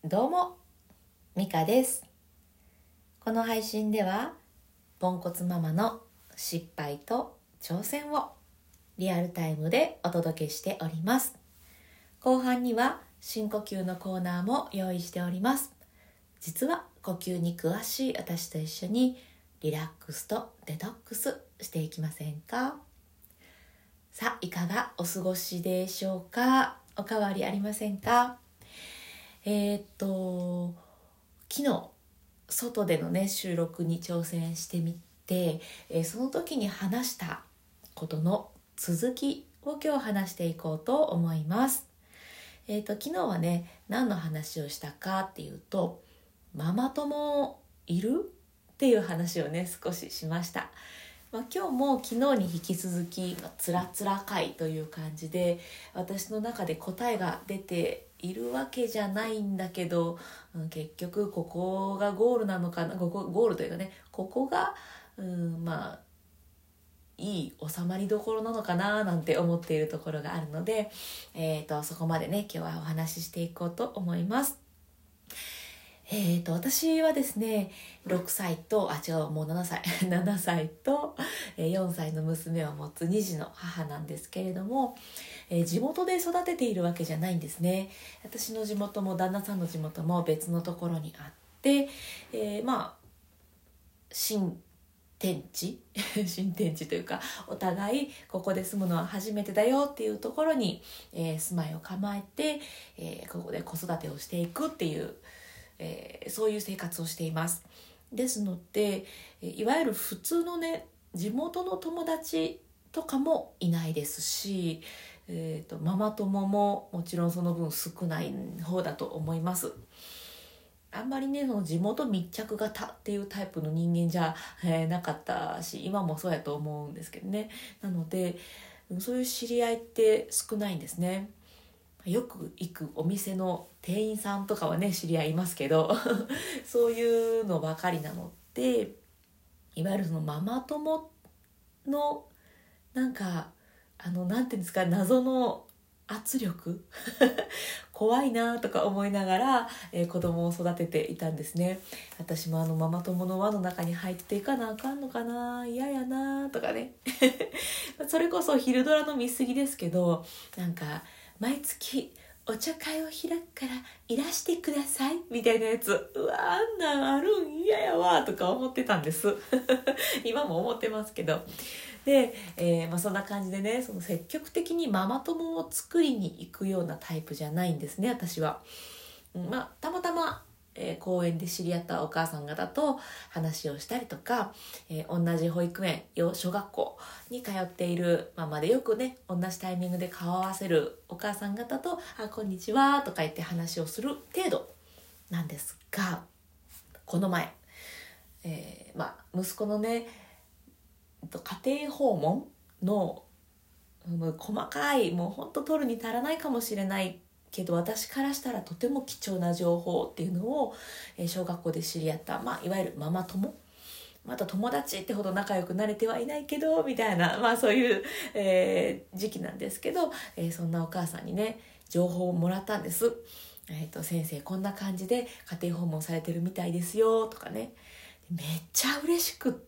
どうも、ミカです。この配信ではポンコツママの失敗と挑戦をリアルタイムでお届けしております。後半には深呼吸のコーナーも用意しております。実は呼吸に詳しい私と一緒にリラックスとデトックスしていきませんか？さあ、いかがお過ごしでしょうか？お変わりありませんか？昨日外でのね収録に挑戦してみて、その時に話したことの続きを今日話していこうと思います。昨日はね何の話をしたかっていうと、ママ友いるっていう話をね少ししました。今日も昨日に引き続きつらつら会という感じで、私の中で答えが出ているわけじゃないんだけど、結局ここがゴールなのかな、ゴールというかね、ここがいい収まりどころなのかななんて思っているところがあるので、そこまでね今日はお話ししていこうと思います。私はですね6歳ともう7歳7歳と4歳の娘を持つ2児の母なんですけれども、地元で育てているわけじゃないんですね。私の地元も旦那さんの地元も別のところにあって、新天地新天地というか、お互いここで住むのは初めてだよっていうところに、住まいを構えて、ここで子育てをしていくっていうそういう生活をしています。ですのでいわゆる普通のね地元の友達とかもいないですし、ママ友ももちろんその分少ない方だと思います。あんまりねその地元密着型っていうタイプの人間じゃ、なかったし、今もそうやと思うんですけどね。なのでそういう知り合いって少ないんですね。よく行くお店の店員さんとかはね知り合いますけどそういうのばかりなので、いわゆるそのママ友のなんていうんですか、謎の圧力怖いなとか思いながら、子供を育てていたんですね。私もママ友の輪の中に入っていかなあかんのかな、嫌やなとかねそれこそ昼ドラの見過ぎですけど、毎月お茶会を開くからいらしてくださいみたいなやつ、うわあんなんあるん嫌やわとか思ってたんです今も思ってますけど。で、そんな感じでね、その積極的にママ友を作りに行くようなタイプじゃないんですね、私は。たまたま公園で知り合ったお母さん方と話をしたりとか、同じ保育園小学校に通っているママでよくね同じタイミングで顔を合わせるお母さん方とこんにちはとか言って話をする程度なんですが、この前、息子のね家庭訪問の細かい、もうほんと取るに足らないかもしれないけど私からしたらとても貴重な情報っていうのを、小学校で知り合った、いわゆるママ友、また友達ってほど仲良くなれてはいないけどみたいな、そういう、時期なんですけど、そんなお母さんにね情報をもらったんです。先生こんな感じで家庭訪問されてるみたいですよとかね、めっちゃ嬉しくって、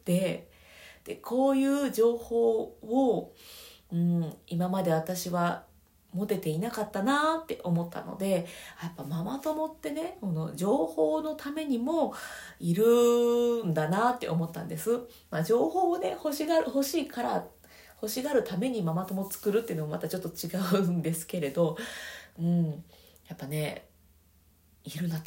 でこういう情報を、今まで私は持てていなかったなって思ったので、やっぱママ友ってねこの情報のためにもいるんだなって思ったんです。情報をね欲しがるためにママ友作るっていうのもまたちょっと違うんですけれど、やっぱねいるなと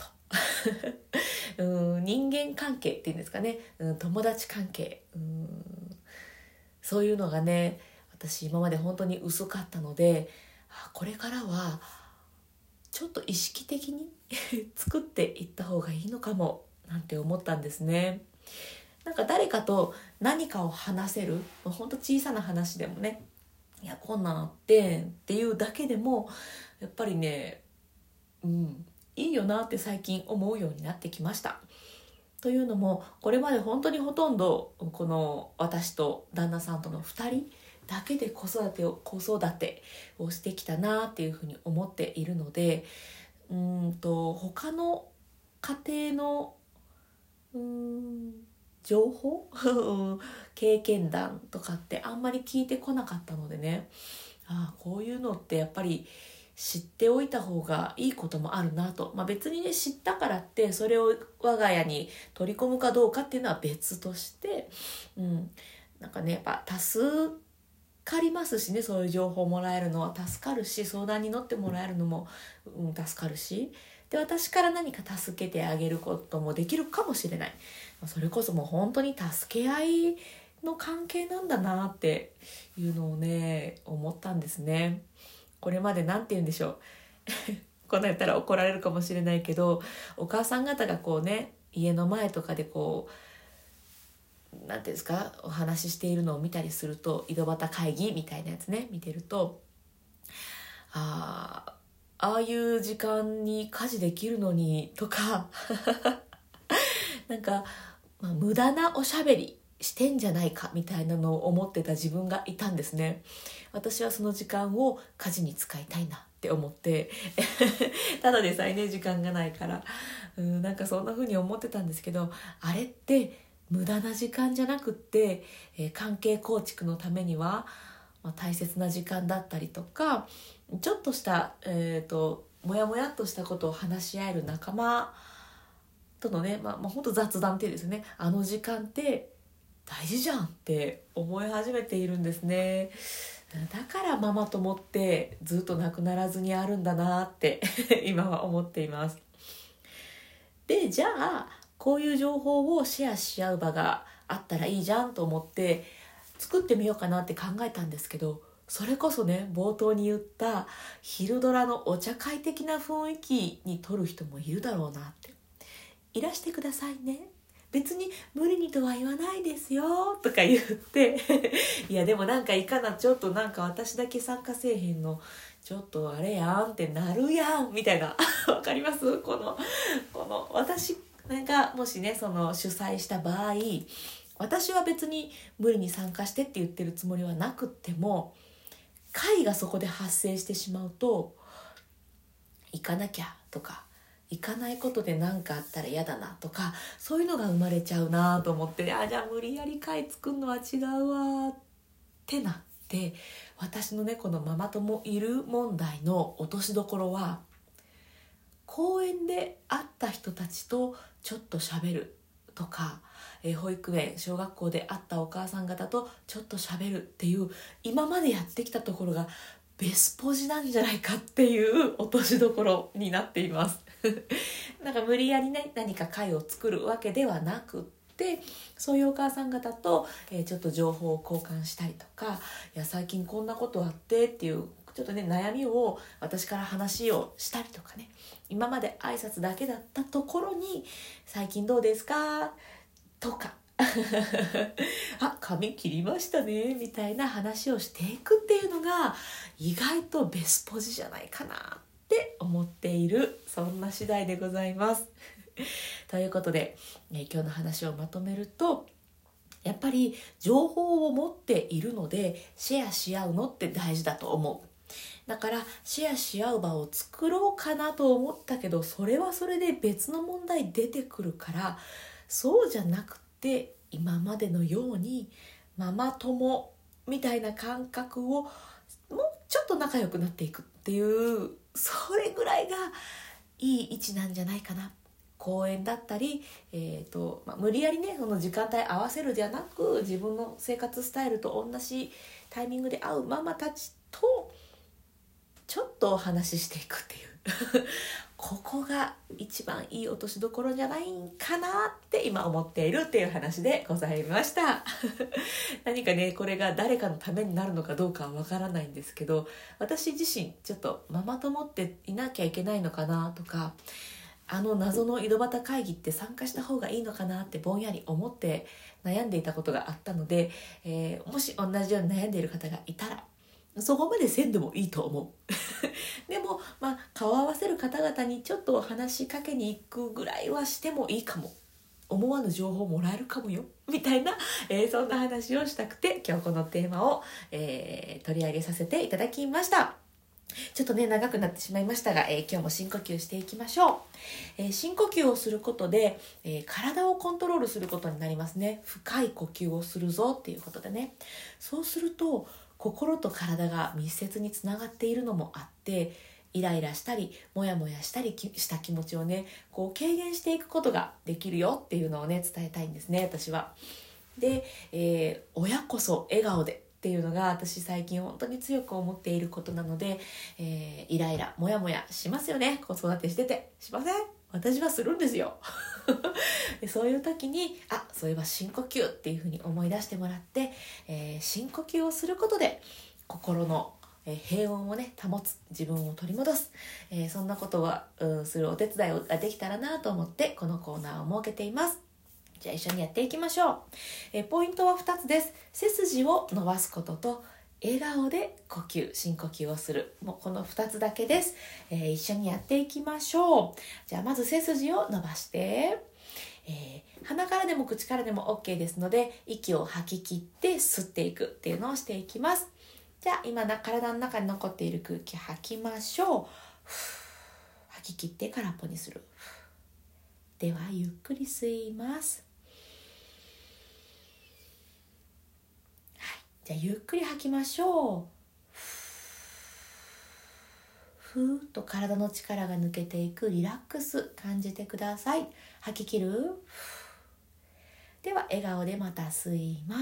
人間関係っていうんですかね、友達関係、そういうのがね私今まで本当に薄かったので、これからはちょっと意識的に作っていった方がいいのかもなんて思ったんですね。誰かと何かを話せる、本当小さな話でもね、いやこんなんあってっていうだけでもやっぱりね、いいよなって最近思うようになってきました。というのもこれまで本当にほとんどこの私と旦那さんとの2人だけで子育てをしてきたなっていうふうに思っているので、 他の家庭の情報経験談とかってあんまり聞いてこなかったのでね、こういうのってやっぱり知っておいた方がいいこともあるなと、別にね知ったからってそれを我が家に取り込むかどうかっていうのは別として、なんかねやっぱ助かりますしね、そういう情報をもらえるのは助かるし、相談に乗ってもらえるのも、助かるし、で私から何か助けてあげることもできるかもしれない。それこそもう本当に助け合いの関係なんだなっていうのをね思ったんですね。これまでなんて言うんでしょうこんなんやったら怒られるかもしれないけど、お母さん方がこうね家の前とかでこうなんていうんですか、お話ししているのを見たりすると、井戸端会議みたいなやつね見てると、ああいう時間に家事できるのにとかなんか、無駄なおしゃべりしてんじゃないかみたいなのを思ってた自分がいたんですね。私はその時間を家事に使いたいなって思ってただでさえね時間がないから、なんかそんな風に思ってたんですけど、あれって無駄な時間じゃなくって、関係構築のためには、大切な時間だったりとか、ちょっとした、もやもやっとしたことを話し合える仲間とのね、本当雑談っていうですね、あの時間って大事じゃんって思い始めているんですね。だからママ友ってずっとなくならずにあるんだなって今は思っています。で、じゃあこういう情報をシェアし合う場があったらいいじゃんと思って作ってみようかなって考えたんですけど、それこそね冒頭に言った昼ドラのお茶会的な雰囲気に撮る人もいるだろうなって。いらしてくださいね、別に無理にとは言わないですよとか言っていやでもなんかいかな、ちょっとなんか私だけ参加せえへんのちょっとあれやんってなるやんみたいなわかります？この私がもしねその主催した場合、私は別に無理に参加してって言ってるつもりはなくっても、会がそこで発生してしまうと、行かなきゃとか行かないことで何かあったら嫌だなとか、そういうのが生まれちゃうなと思って、じゃあ無理やり会作るのは違うわってなって、私のねこのママ友いる問題の落としどころは、公園で会った人たちとちょっと喋るとか、保育園小学校で会ったお母さん方とちょっと喋るっていう今までやってきたところがベスポジなんじゃないかっていう落としどころになっていますなんか無理やりね何か会を作るわけではなくって、そういうお母さん方と、ちょっと情報を交換したりとか、いや最近こんなことあってっていうちょっとね悩みを私から話をしたりとかね、今まで挨拶だけだったところに最近どうですかとか髪切りましたねみたいな話をしていくっていうのが意外とベスポジじゃないかなって思っている、そんな次第でございますということで、今日の話をまとめると、やっぱり情報を持っているのでシェアし合うのって大事だと思う。だからシェアし合う場を作ろうかなと思ったけど、それはそれで別の問題出てくるから、そうじゃなくて今までのようにママ友みたいな感覚をもうちょっと仲良くなっていくっていう、それぐらいがいい位置なんじゃないかな。公園だったり、無理やりねその時間帯合わせるじゃなく、自分の生活スタイルと同じタイミングで会うママたちとちょっとお話ししていくっていうここが一番いい落としどころじゃないんかなって今思っているっていう話でございました何かねこれが誰かのためになるのかどうかはわからないんですけど、私自身ちょっとママ友っていなきゃいけないのかなとか、あの謎の井戸端会議って参加した方がいいのかなってぼんやり思って悩んでいたことがあったので、もし同じように悩んでいる方がいたらそこまでせんでもいいと思うでも顔を合わせる方々にちょっと話しかけに行くぐらいはしてもいいかも、思わぬ情報もらえるかもよみたいな、そんな話をしたくて今日このテーマを、取り上げさせていただきました。 ちょっとね長くなってしまいましたが、今日も深呼吸していきましょう。深呼吸をすることで、体をコントロールすることになりますね。深い呼吸をするぞっていうことでね。そうすると心と体が密接につながっているのもあって、イライラしたりモヤモヤしたりした気持ちをねこう軽減していくことができるよっていうのをね伝えたいんですね、私は。で、親こそ笑顔でっていうのが私最近本当に強く思っていることなので、イライラモヤモヤしますよね。子育てしててしません？私はするんですよでそういう時にそういえば深呼吸っていうふうに思い出してもらって、深呼吸をすることで心の平穏をね保つ、自分を取り戻す、そんなことはするお手伝いができたらなと思ってこのコーナーを設けています。じゃあ一緒にやっていきましょう。ポイントは2つです。背筋を伸ばすことと笑顔で深呼吸をする、もうこの2つだけです。一緒にやっていきましょう。じゃあまず背筋を伸ばして、鼻からでも口からでも OK ですので、息を吐き切って吸っていくっていうのをしていきます。じゃあ今体の中に残っている空気吐きましょう。吐き切って空っぽにする。ではゆっくり吸います。じゃあゆっくり吐きましょう。ふーっと体の力が抜けていくリラックス感じてください。吐き切る。では笑顔でまた吸います。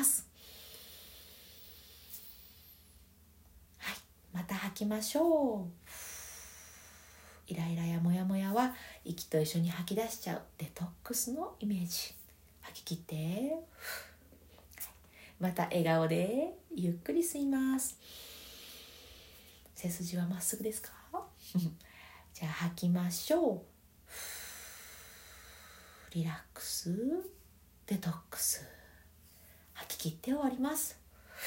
はい、また吐きましょう。イライラやモヤモヤは息と一緒に吐き出しちゃうデトックスのイメージ。吐き切ってまた笑顔でゆっくり吸います。背筋はまっすぐですか？じゃあ吐きましょう。リラックス、デトックス。吐き切って終わります。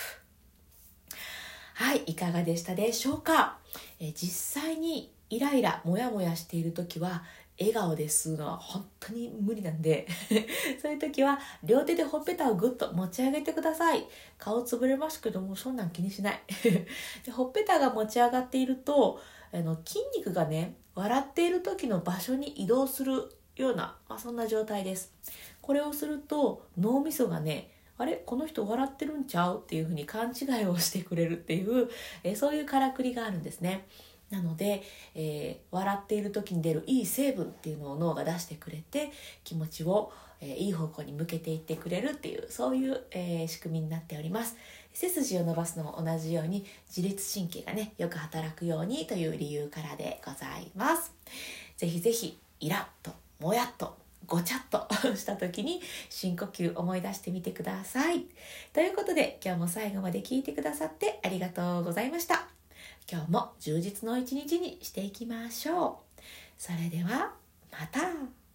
はい、いかがでしたでしょうか？実際にイライラモヤモヤしている時は笑顔で吸うのは本当に無理なんでそういう時は両手でほっぺたをぐっと持ち上げてください。顔つぶれますけどもそんなん気にしないでほっぺたが持ち上がっていると筋肉がね笑っている時の場所に移動するような、そんな状態です。これをすると脳みそがねあれこの人笑ってるんちゃうっていうふうに勘違いをしてくれるっていう、そういうからくりがあるんですね。なので、笑っている時に出るいい成分っていうのを脳が出してくれて気持ちを、いい方向に向けていってくれるっていうそういう、仕組みになっております。背筋を伸ばすのも同じように自律神経がねよく働くようにという理由からでございます。ぜひぜひイラッともやっとごちゃっとした時に深呼吸思い出してみてください。ということで今日も最後まで聞いてくださってありがとうございました。今日も充実の一日にしていきましょう。それではまた。